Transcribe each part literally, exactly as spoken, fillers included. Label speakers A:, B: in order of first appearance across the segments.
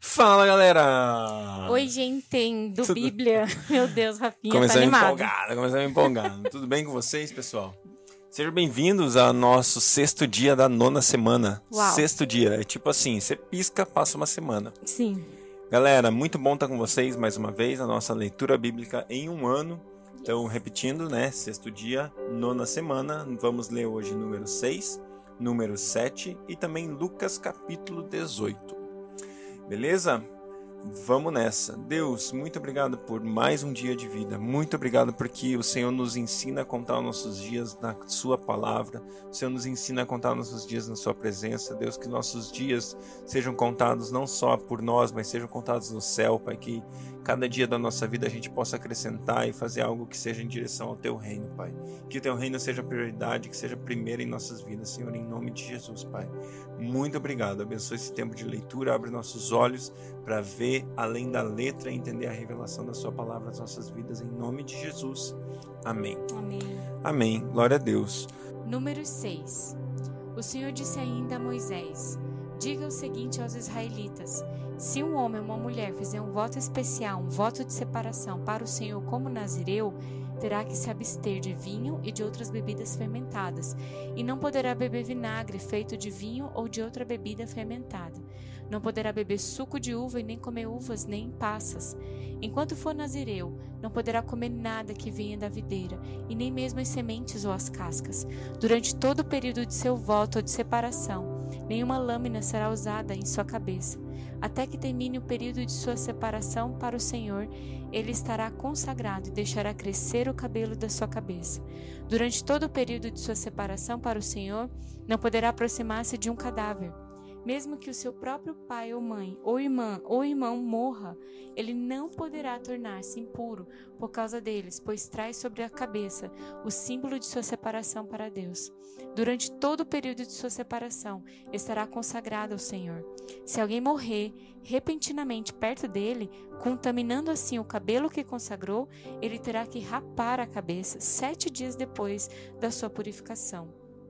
A: Fala, galera!
B: Oi, gente do Tudo... Bíblia. Meu Deus, Rafinha,
A: começando
B: tá animado.
A: Empolgado, começando empolgado. Tudo bem com vocês, pessoal? Sejam bem-vindos ao nosso sexto dia da nona semana.
B: Uau.
A: Sexto dia. É tipo assim, você pisca, passa uma semana.
B: Sim.
A: Galera, muito bom estar com vocês mais uma vez. A nossa leitura bíblica em um ano. Então, repetindo, né? Sexto dia, nona semana. Vamos ler hoje número seis, número sete e também Lucas capítulo dezoito. Beleza? Vamos nessa. Deus, muito obrigado por mais um dia de vida. Muito obrigado porque o Senhor nos ensina a contar os nossos dias na sua palavra. O Senhor nos ensina a contar os nossos dias na sua presença. Deus, que nossos dias sejam contados não só por nós, mas sejam contados no céu, Pai. Que cada dia da nossa vida a gente possa acrescentar e fazer algo que seja em direção ao Teu reino, Pai. Que o Teu reino seja prioridade, que seja primeiro em nossas vidas, Senhor, em nome de Jesus, Pai. Muito obrigado. Abençoe esse tempo de leitura, abre nossos olhos para ver além da letra e entender a revelação da sua palavra nas nossas vidas, em nome de Jesus. Amém.
B: Amém.
A: Amém. Glória a Deus.
B: Número seis. O Senhor disse ainda a Moisés: diga o seguinte aos israelitas: se um homem ou uma mulher fizer um voto especial, um voto de separação para o Senhor como nazireu, terá que se abster de vinho e de outras bebidas fermentadas, e não poderá beber vinagre feito de vinho ou de outra bebida fermentada. Não poderá beber suco de uva e nem comer uvas nem passas. Enquanto for nazireu, não poderá comer nada que venha da videira, e nem mesmo as sementes ou as cascas. Durante todo o período de seu voto ou de separação, nenhuma lâmina será usada em sua cabeça. Até que termine o período de sua separação para o Senhor, ele estará consagrado e deixará crescer o cabelo da sua cabeça. Durante todo o período de sua separação para o Senhor, não poderá aproximar-se de um cadáver. Mesmo que o seu próprio pai ou mãe, ou irmã ou irmão morra, ele não poderá tornar-se impuro por causa deles, pois traz sobre a cabeça o símbolo de sua separação para Deus. Durante todo o período de sua separação, estará consagrado ao Senhor. Se alguém morrer repentinamente perto dele, contaminando assim o cabelo que consagrou, ele terá que rapar a cabeça sete dias depois da sua purificação.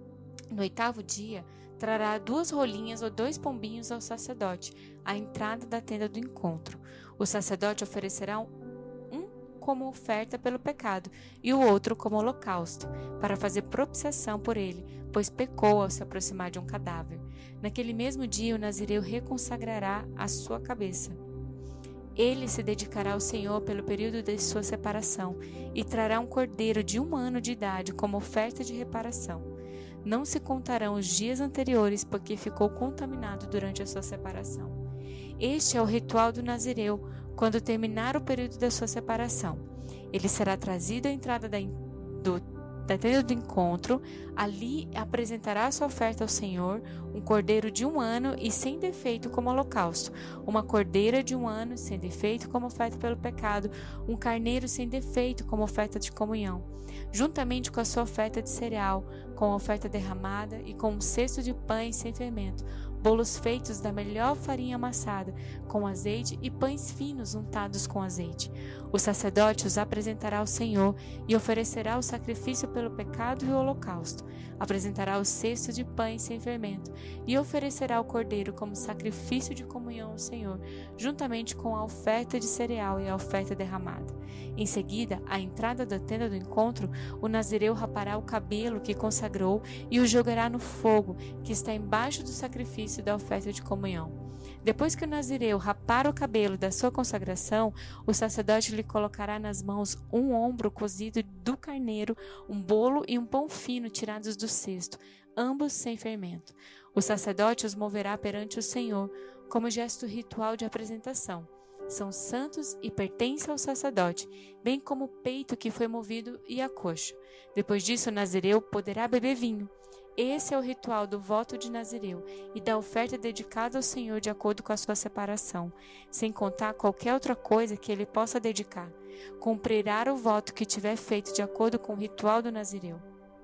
B: No oitavo dia, trará duas rolinhas ou dois pombinhos ao sacerdote, à entrada da tenda do encontro. O sacerdote oferecerá um como oferta pelo pecado e o outro como holocausto, para fazer propiciação por ele, pois pecou ao se aproximar de um cadáver. Naquele mesmo dia, o nazireu reconsagrará a sua cabeça. Ele se dedicará ao Senhor pelo período de sua separação e trará um cordeiro de um ano de idade como oferta de reparação. Não se contarão os dias anteriores, porque ficou contaminado durante a sua separação. Este é o ritual do nazireu, quando terminar o período da sua separação. Ele será trazido à entrada da, do, da tenda do encontro, ali apresentará sua oferta ao Senhor, um cordeiro de um ano e sem defeito como holocausto, uma cordeira de um ano sem defeito como oferta pelo pecado, um carneiro sem defeito como oferta de comunhão, juntamente com a sua oferta de cereal, com a oferta derramada e com um cesto de pães sem fermento, bolos feitos da melhor farinha amassada, com azeite e pães finos untados com azeite. O sacerdote os apresentará ao Senhor e oferecerá o sacrifício pelo pecado e o holocausto. Apresentará o cesto de pães sem fermento e oferecerá o cordeiro como sacrifício de comunhão ao Senhor, juntamente com a oferta de cereal e a oferta derramada. Em seguida, à entrada da tenda do encontro, o nazireu rapará o cabelo que consagrou e o jogará no fogo que está embaixo do sacrifício da oferta de comunhão. Depois que o nazireu rapar o cabelo da sua consagração, o sacerdote lhe colocará nas mãos um ombro cozido do carneiro, um bolo e um pão fino tirados do cesto, ambos sem fermento. O sacerdote os moverá perante o Senhor, como gesto ritual de apresentação. São santos e pertencem ao sacerdote, bem como o peito que foi movido e a coxa. Depois disso, o nazireu poderá beber vinho. Esse é o ritual do voto de nazireu e da oferta dedicada ao Senhor de acordo com a sua separação, sem contar qualquer outra coisa que ele possa dedicar. Cumprirá o voto que tiver feito de acordo com o ritual do nazireu.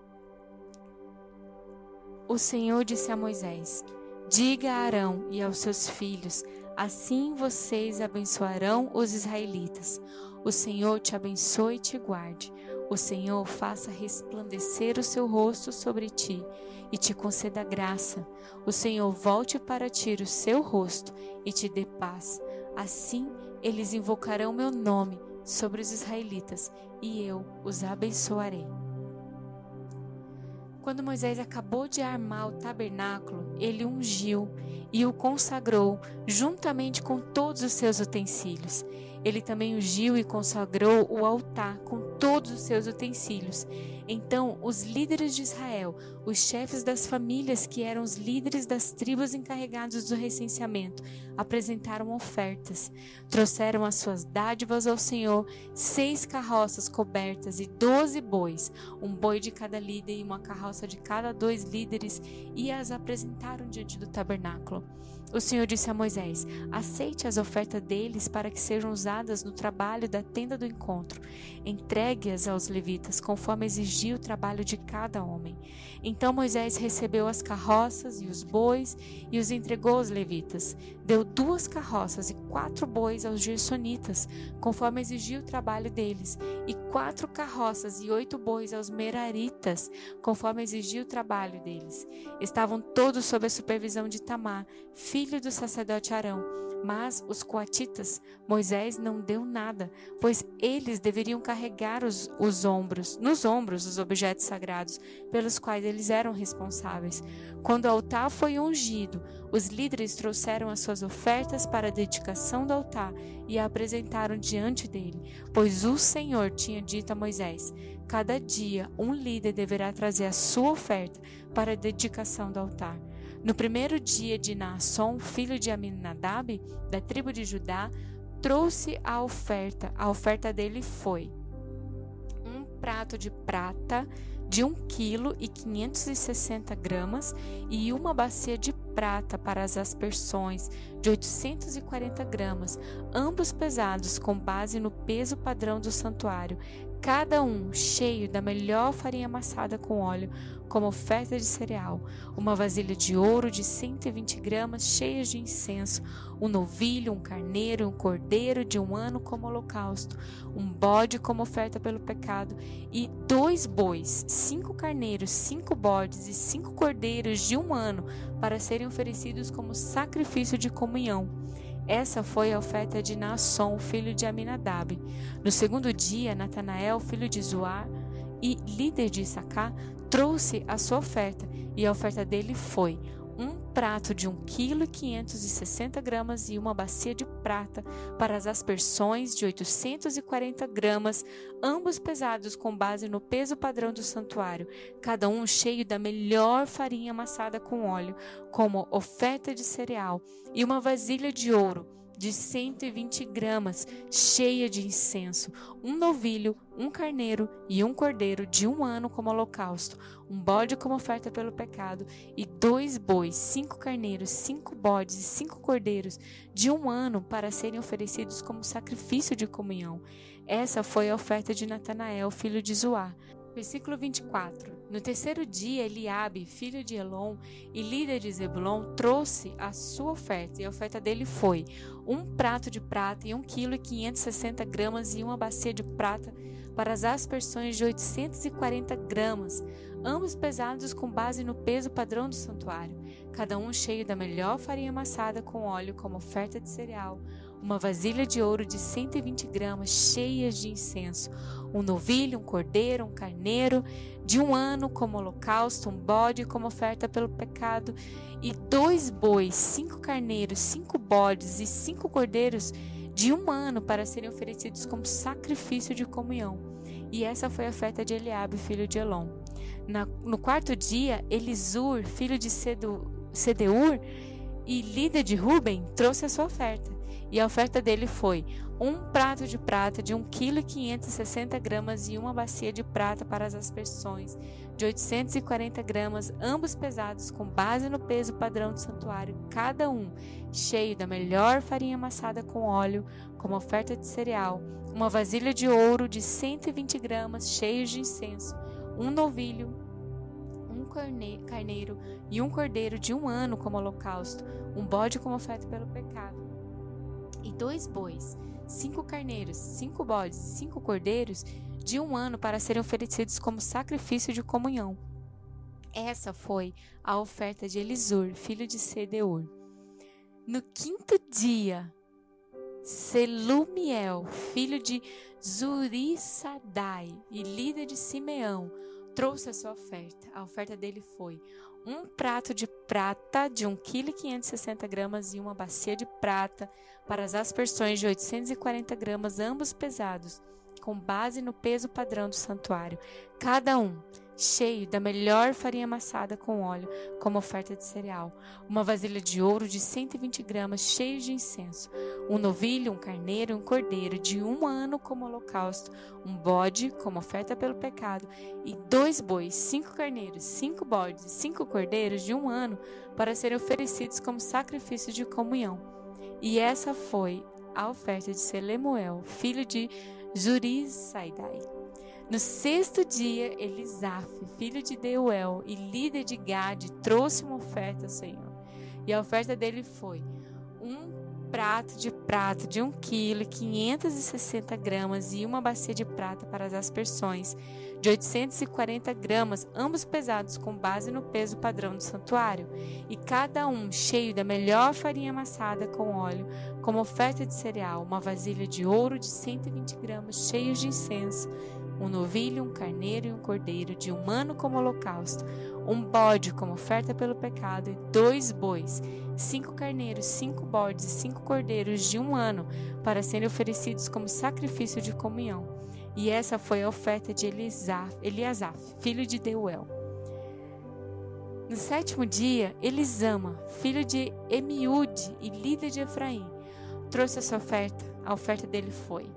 B: O Senhor disse a Moisés: diga a Arão e aos seus filhos, assim vocês abençoarão os israelitas. O Senhor te abençoe e te guarde. O Senhor faça resplandecer o seu rosto sobre ti e te conceda graça. O Senhor volte para ti o seu rosto e te dê paz. Assim eles invocarão meu nome sobre os israelitas e eu os abençoarei. Quando Moisés acabou de armar o tabernáculo, ele ungiu e o consagrou juntamente com todos os seus utensílios. Ele também ungiu e consagrou o altar com todos os seus utensílios. Então, os líderes de Israel, os chefes das famílias que eram os líderes das tribos encarregados do recenseamento, apresentaram ofertas. Trouxeram as suas dádivas ao Senhor, seis carroças cobertas e doze bois, um boi de cada líder e uma carroça de cada dois líderes, e as apresentaram diante do tabernáculo. O Senhor disse a Moisés: aceite as ofertas deles para que sejam usadas no trabalho da tenda do encontro. Entregue-as aos levitas, conforme exigia o trabalho de cada homem. Então Moisés recebeu as carroças e os bois e os entregou aos levitas. Deu duas carroças e quatro bois aos gersonitas, conforme exigia o trabalho deles, e quatro carroças e oito bois aos meraritas, conforme exigia o trabalho deles. Estavam todos sob a supervisão de Itamar, filho do sacerdote Arão. Mas os coatitas, Moisés não deu nada, pois eles deveriam carregar os, os ombros, nos ombros os objetos sagrados, pelos quais eles eram responsáveis. Quando o altar foi ungido, os líderes trouxeram as suas ofertas para a dedicação do altar e a apresentaram diante dele, pois o Senhor tinha dito a Moisés: cada dia um líder deverá trazer a sua oferta para a dedicação do altar. No primeiro dia de Naasson, filho de Aminadab, da tribo de Judá, trouxe a oferta. A oferta dele foi um prato de prata de um quilo e quinhentos e sessenta gramas e uma bacia de prata para as aspersões de oitocentos e quarenta gramas, ambos pesados com base no peso padrão do santuário, cada um cheio da melhor farinha amassada com óleo, como oferta de cereal, uma vasilha de ouro de cento e vinte gramas cheias de incenso, um novilho, um carneiro, um cordeiro de um ano como holocausto, um bode como oferta pelo pecado e dois bois, cinco carneiros, cinco bodes e cinco cordeiros de um ano para serem oferecidos como sacrifício de comunhão. Essa foi a oferta de Naasson, filho de Aminadab. No segundo dia, Natanael, filho de Zuar e líder de Issacar, trouxe a sua oferta, e a oferta dele foi um prato de um quilo e quinhentos e sessenta gramas e uma bacia de prata para as aspersões de oitocentos e quarenta gramas, ambos pesados com base no peso padrão do santuário, cada um cheio da melhor farinha amassada com óleo, como oferta de cereal, e uma vasilha de ouro de cento e vinte gramas, cheia de incenso, um novilho, um carneiro e um cordeiro de um ano como holocausto, um bode como oferta pelo pecado, e dois bois, cinco carneiros, cinco bodes e cinco cordeiros de um ano para serem oferecidos como sacrifício de comunhão. Essa foi a oferta de Natanael, filho de Zuar. Versículo vinte e quatro. No terceiro dia, Eliabe, filho de Elon e líder de Zebulon, trouxe a sua oferta, e a oferta dele foi um prato de prata e um quilo e quinhentos e sessenta gramas e uma bacia de prata para as aspersões de oitocentos e quarenta gramas, ambos pesados com base no peso padrão do santuário, cada um cheio da melhor farinha amassada com óleo como oferta de cereal, uma vasilha de ouro de cento e vinte gramas cheias de incenso, um novilho, um cordeiro, um carneiro de um ano como holocausto, um bode como oferta pelo pecado, e dois bois, cinco carneiros, cinco bodes e cinco cordeiros de um ano para serem oferecidos como sacrifício de comunhão. E essa foi a oferta de Eliabe, filho de Elon. Na, no quarto dia, Elisur, filho de Sedu, Sedeur e líder de Ruben, trouxe a sua oferta. E a oferta dele foi um prato de prata de um quilo e quinhentos e sessenta gramas e uma bacia de prata para as aspersões de oitocentos e quarenta gramas, ambos pesados com base no peso padrão do santuário, cada um cheio da melhor farinha amassada com óleo, como oferta de cereal, uma vasilha de ouro de cento e vinte gramas cheios de incenso, um novilho, um carneiro e um cordeiro de um ano como holocausto, um bode como oferta pelo pecado, e dois bois, cinco carneiros, cinco bodes e cinco cordeiros de um ano para serem oferecidos como sacrifício de comunhão. Essa foi a oferta de Elisur, filho de Sedeur. No quinto dia, Selumiel, filho de Zurissadai e líder de Simeão, trouxe a sua oferta. A oferta dele foi um prato de prata de um quilo e quinhentos e sessenta gramas e uma bacia de prata para as aspersões de oitocentos e quarenta gramas, ambos pesados, com base no peso padrão do santuário, cada um cheio da melhor farinha amassada com óleo, como oferta de cereal, uma vasilha de ouro de cento e vinte gramas, cheio de incenso, um novilho, um carneiro e um cordeiro de um ano como holocausto, um bode como oferta pelo pecado, e dois bois, cinco carneiros, cinco bodes e cinco cordeiros de um ano para serem oferecidos como sacrifício de comunhão. E essa foi a oferta de Selemuel, filho de Zurissaidai. No sexto dia, Elisaf, filho de Deuel e líder de Gade, trouxe uma oferta ao Senhor. E a oferta dele foi um prato de prata de um quilo e quinhentos e sessenta gramas e uma bacia de prata para as aspersões de oitocentos e quarenta gramas, ambos pesados com base no peso padrão do santuário, e cada um cheio da melhor farinha amassada com óleo, como oferta de cereal, uma vasilha de ouro de cento e vinte gramas, cheios de incenso, um novilho, um carneiro e um cordeiro de um ano como holocausto, um bode como oferta pelo pecado e dois bois, cinco carneiros, cinco bodes e cinco cordeiros de um ano para serem oferecidos como sacrifício de comunhão. E essa foi a oferta de Elisaf, Eliasaf, filho de Deuel. No sétimo dia, Elisama, filho de Emiúde e líder de Efraim, trouxe a sua oferta. A oferta dele foi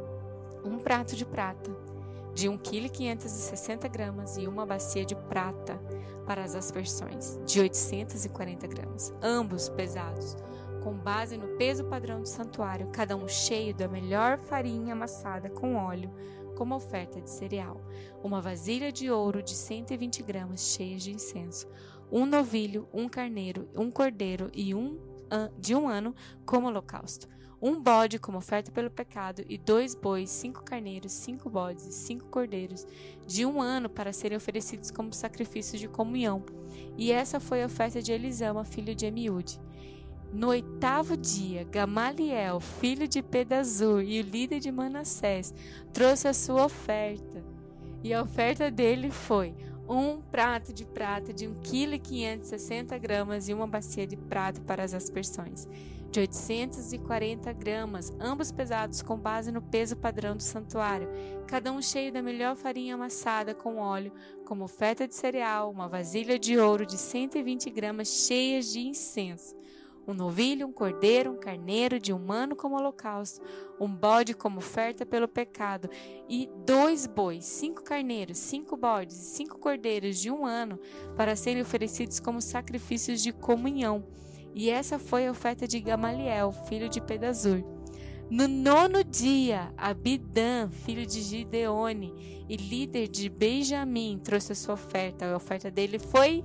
B: um prato de prata de um quilo e quinhentos e sessenta gramas e uma bacia de prata para as aspersões de oitocentos e quarenta gramas, ambos pesados, com base no peso padrão do santuário, cada um cheio da melhor farinha amassada com óleo, como oferta de cereal, uma vasilha de ouro de cento e vinte gramas cheias de incenso, um novilho, um carneiro, um cordeiro e um de um ano como holocausto, um bode como oferta pelo pecado e dois bois, cinco carneiros, cinco bodes e cinco cordeiros de um ano para serem oferecidos como sacrifício de comunhão. E essa foi a oferta de Elisama, filho de Amiúde. No oitavo dia, Gamaliel, filho de Pedazur e o líder de Manassés, trouxe a sua oferta. E a oferta dele foi um prato de prata de um quilo e quinhentos e sessenta gramas e uma bacia de prata para as aspersões de oitocentos e quarenta gramas, ambos pesados com base no peso padrão do santuário, cada um cheio da melhor farinha amassada com óleo, como oferta de cereal, uma vasilha de ouro de cento e vinte gramas cheias de incenso, um novilho, um cordeiro, um carneiro de um ano como holocausto, um bode como oferta pelo pecado e dois bois, cinco carneiros, cinco bodes e cinco cordeiros de um ano para serem oferecidos como sacrifícios de comunhão. E essa foi a oferta de Gamaliel, filho de Pedazur. No nono dia, Abidã, filho de Gideone e líder de Benjamim, trouxe a sua oferta. A oferta dele foi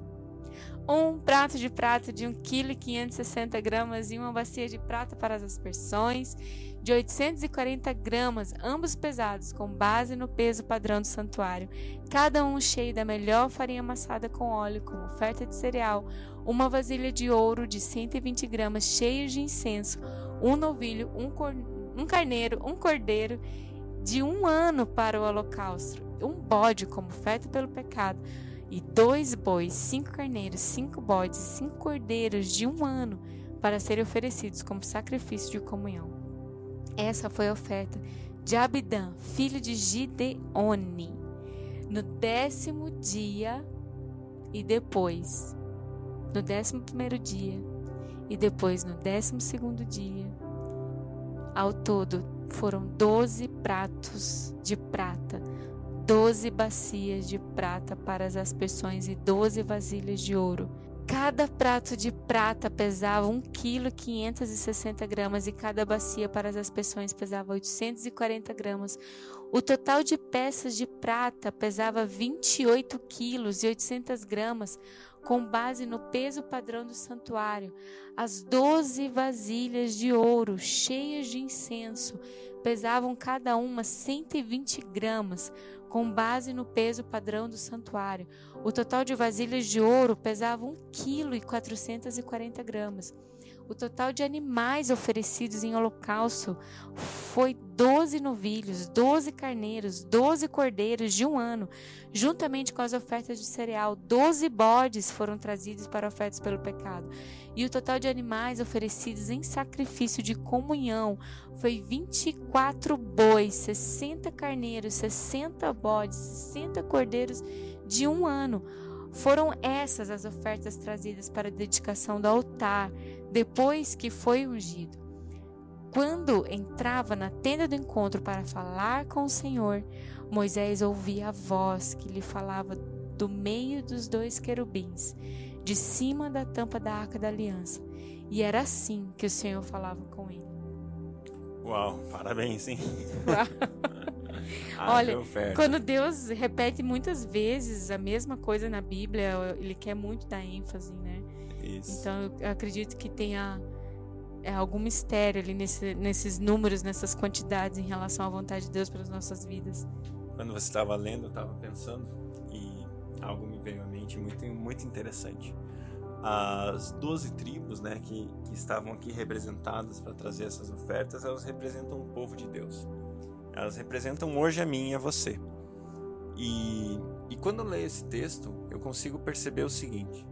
B: um prato de prata de um quilo e quinhentos e sessenta gramas e uma bacia de prata para as aspersões de oitocentos e quarenta gramas, ambos pesados, com base no peso padrão do santuário, cada um cheio da melhor farinha amassada com óleo, como oferta de cereal, uma vasilha de ouro de cento e vinte gramas cheios de incenso, um novilho, um, cor... um carneiro, um cordeiro de um ano para o holocausto, um bode como oferta pelo pecado, e dois bois, cinco carneiros, cinco bodes e cinco cordeiros de um ano para serem oferecidos como sacrifício de comunhão. Essa foi a oferta de Abidã, filho de Gideone. No décimo dia e depois, no décimo primeiro dia e depois no décimo segundo dia, ao todo foram doze pratos de prata, doze bacias de prata para as aspersões e doze vasilhas de ouro. Cada prato de prata pesava um quilo e quinhentos e sessenta gramas e cada bacia para as aspersões pesava oitocentos e quarenta gramas. O total de peças de prata pesava vinte e oito quilos e oitocentas gramas, com base no peso padrão do santuário. As doze vasilhas de ouro cheias de incenso pesavam cada uma cento e vinte gramas, com base no peso padrão do santuário. O total de vasilhas de ouro pesava um vírgula quatrocentos e quarenta gramas. O total de animais oferecidos em holocausto foi doze novilhos, doze carneiros, doze cordeiros de um ano, juntamente com as ofertas de cereal. doze bodes foram trazidos para ofertas pelo pecado. E o total de animais oferecidos em sacrifício de comunhão foi vinte e quatro bois, sessenta carneiros, sessenta bodes, sessenta cordeiros de um ano. Foram essas as ofertas trazidas para a dedicação do altar, depois que foi ungido. Quando entrava na tenda do encontro para falar com o Senhor, Moisés ouvia a voz que lhe falava do meio dos dois querubins, de cima da tampa da arca da aliança. E era assim que o Senhor falava com ele.
A: Uau, parabéns, hein?
B: Olha, quando Deus repete muitas vezes a mesma coisa na Bíblia, Ele quer muito dar ênfase, né?
A: Isso.
B: Então, eu acredito que tenha é, algum mistério ali nesse, nesses números, nessas quantidades em relação à vontade de Deus para as nossas vidas.
A: Quando você estava lendo, eu estava pensando e algo me veio à mente muito, muito interessante. As doze tribos, né, que, que estavam aqui representadas para trazer essas ofertas, elas representam o povo de Deus. Elas representam hoje a mim e a você. E, e quando eu leio esse texto, eu consigo perceber o seguinte: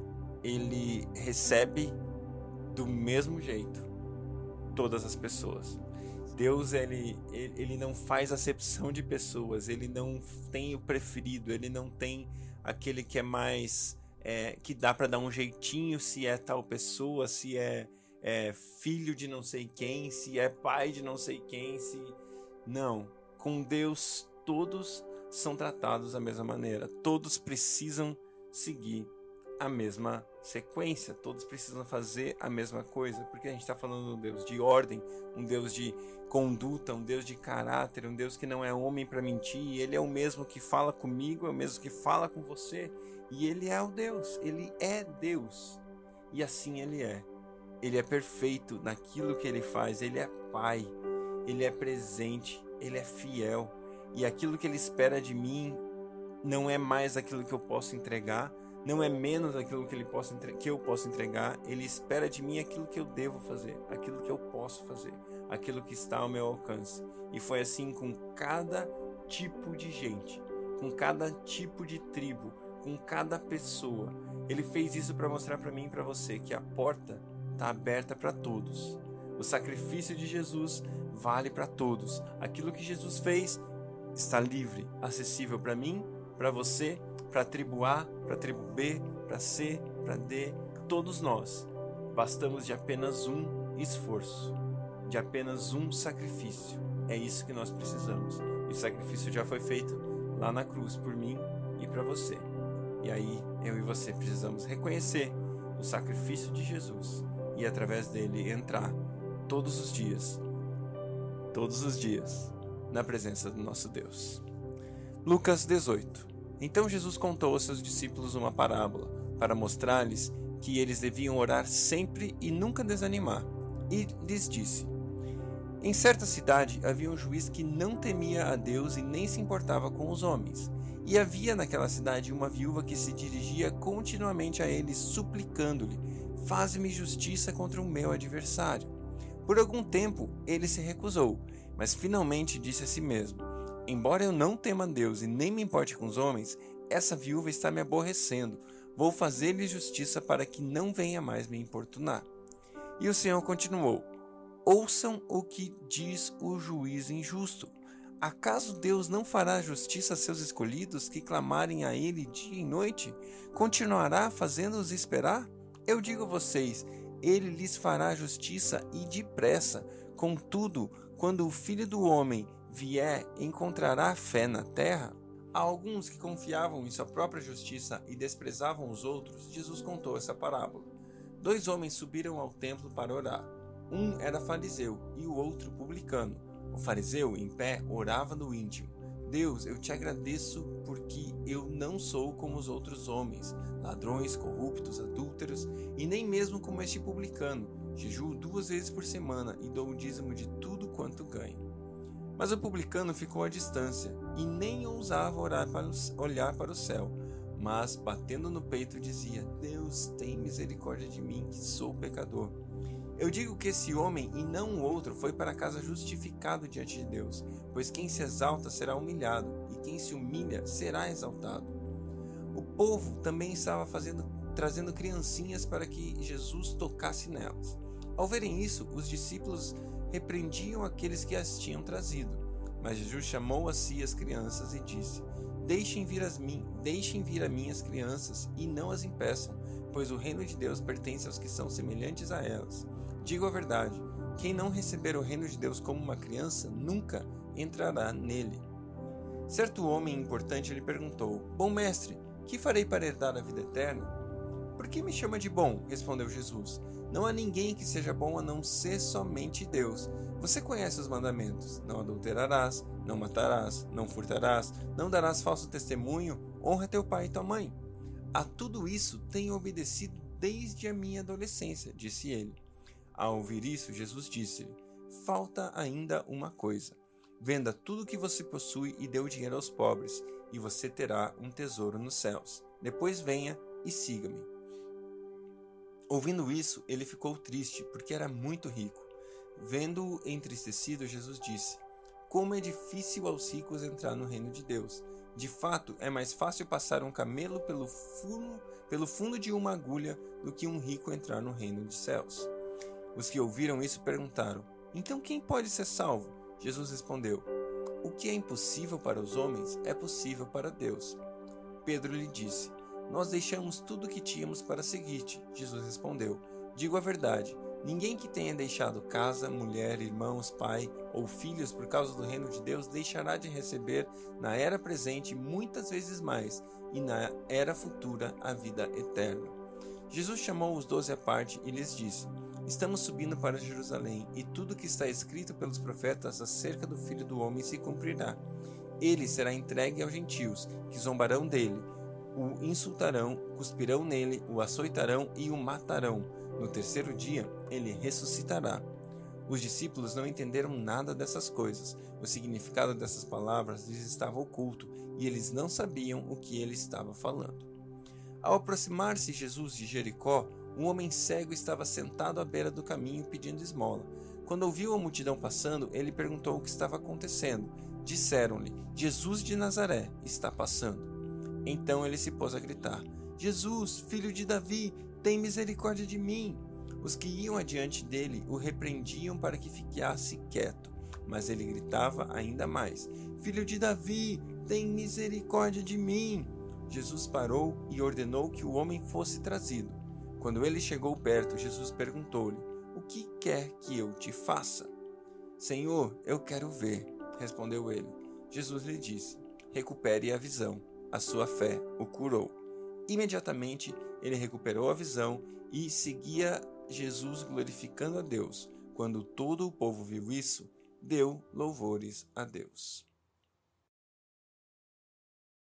A: ele recebe do mesmo jeito todas as pessoas. Deus, ele, ele, ele não faz acepção de pessoas, ele não tem o preferido, ele não tem aquele que é mais, é, que dá para dar um jeitinho se é tal pessoa, se é, é filho de não sei quem, se é pai de não sei quem, se... Não, com Deus todos são tratados da mesma maneira, todos precisam seguir a mesma sequência, todos precisam fazer a mesma coisa, porque a gente está falando de um Deus de ordem, um Deus de conduta, um Deus de caráter, um Deus que não é homem para mentir. Ele é o mesmo que fala comigo, é o mesmo que fala com você, e Ele é o Deus, Ele é Deus, e assim Ele é. Ele é perfeito naquilo que Ele faz, Ele é Pai, Ele é presente, Ele é fiel, e aquilo que Ele espera de mim não é mais aquilo que eu posso entregar, não é menos aquilo que, ele possa, que eu posso entregar. Ele espera de mim aquilo que eu devo fazer, aquilo que eu posso fazer, aquilo que está ao meu alcance. E foi assim com cada tipo de gente, com cada tipo de tribo, com cada pessoa. Ele fez isso para mostrar para mim e para você que a porta está aberta para todos. O sacrifício de Jesus vale para todos. Aquilo que Jesus fez está livre, acessível para mim, para você, para a tribo A, para a tribo B, para C, para D, todos nós. Bastamos de apenas um esforço, de apenas um sacrifício. É isso que nós precisamos. E o sacrifício já foi feito lá na cruz por mim e para você. E aí eu e você precisamos reconhecer o sacrifício de Jesus e através dele entrar todos os dias, todos os dias, na presença do nosso Deus. Lucas dezoito. Então Jesus contou aos seus discípulos uma parábola, para mostrar-lhes que eles deviam orar sempre e nunca desanimar. E lhes disse: em certa cidade havia um juiz que não temia a Deus e nem se importava com os homens. E havia naquela cidade uma viúva que se dirigia continuamente a ele, suplicando-lhe: faze-me justiça contra o meu adversário. Por algum tempo ele se recusou, mas finalmente disse a si mesmo: embora eu não tema a Deus e nem me importe com os homens, essa viúva está me aborrecendo. Vou fazer-lhe justiça para que não venha mais me importunar. E o Senhor continuou: ouçam o que diz o juiz injusto. Acaso Deus não fará justiça a seus escolhidos que clamarem a Ele dia e noite? Continuará fazendo-os esperar? Eu digo a vocês, Ele lhes fará justiça e depressa. Contudo, quando o Filho do Homem vier, encontrará fé na terra? A alguns que confiavam em sua própria justiça e desprezavam os outros, Jesus contou essa parábola. Dois homens subiram ao templo para orar. Um era fariseu e o outro publicano. O fariseu, em pé, orava no íntimo: Deus, eu te agradeço porque eu não sou como os outros homens, ladrões, corruptos, adúlteros, e nem mesmo como este publicano. Jejuo duas vezes por semana e dou o dízimo de tudo quanto ganho. Mas o publicano ficou à distância e nem ousava orar para o, olhar para o céu, mas, batendo no peito, dizia: Deus, tem misericórdia de mim, que sou pecador. Eu digo que esse homem, e não o outro, foi para casa justificado diante de Deus, pois quem se exalta será humilhado, e quem se humilha será exaltado. O povo também estava fazendo, trazendo criancinhas para que Jesus tocasse nelas. Ao verem isso, os discípulos repreendiam aqueles que as tinham trazido. Mas Jesus chamou a si as crianças e disse: Deixem vir, as mim, deixem vir a mim as crianças e não as impeçam, pois o reino de Deus pertence aos que são semelhantes a elas. Digo a verdade, quem não receber o reino de Deus como uma criança, nunca entrará nele. Certo homem importante lhe perguntou: Bom mestre, que farei para herdar a vida eterna? Por que me chama de bom? Respondeu Jesus. Não há ninguém que seja bom a não ser somente Deus. Você conhece os mandamentos: não adulterarás, não matarás, não furtarás, não darás falso testemunho, honra teu pai e tua mãe. A tudo isso tenho obedecido desde a minha adolescência, disse ele. Ao ouvir isso, Jesus disse-lhe: Falta ainda uma coisa. Venda tudo o que você possui e dê o dinheiro aos pobres, e você terá um tesouro nos céus. Depois venha e siga-me. Ouvindo isso, ele ficou triste, porque era muito rico. Vendo-o entristecido, Jesus disse: Como é difícil aos ricos entrar no reino de Deus. De fato, é mais fácil passar um camelo pelo fundo, pelo fundo de uma agulha do que um rico entrar no reino dos céus. Os que ouviram isso perguntaram: Então quem pode ser salvo? Jesus respondeu: O que é impossível para os homens é possível para Deus. Pedro lhe disse: Nós deixamos tudo o que tínhamos para seguir-te. Jesus respondeu: Digo a verdade, ninguém que tenha deixado casa, mulher, irmãos, pai ou filhos por causa do reino de Deus deixará de receber na era presente muitas vezes mais, e na era futura a vida eterna. Jesus chamou os doze à parte e lhes disse: Estamos subindo para Jerusalém, e tudo que está escrito pelos profetas acerca do Filho do Homem se cumprirá. Ele será entregue aos gentios, que zombarão dele, o insultarão, cuspirão nele, o açoitarão e o matarão. No terceiro dia, ele ressuscitará. Os discípulos não entenderam nada dessas coisas. O significado dessas palavras lhes estava oculto, e eles não sabiam o que ele estava falando. Ao aproximar-se Jesus de Jericó, um homem cego estava sentado à beira do caminho pedindo esmola. Quando ouviu a multidão passando, ele perguntou o que estava acontecendo. Disseram-lhe: Jesus de Nazaré está passando. Então ele se pôs a gritar: Jesus, filho de Davi, tem misericórdia de mim. Os que iam adiante dele o repreendiam para que ficasse quieto, mas ele gritava ainda mais: Filho de Davi, tem misericórdia de mim. Jesus parou e ordenou que o homem fosse trazido. Quando ele chegou perto, Jesus perguntou-lhe: O que quer que eu te faça? Senhor, eu quero ver, respondeu ele. Jesus lhe disse: Recupere a visão. A sua fé o curou. Imediatamente ele recuperou a visão e seguia Jesus glorificando a Deus. Quando todo o povo viu isso, deu louvores a Deus.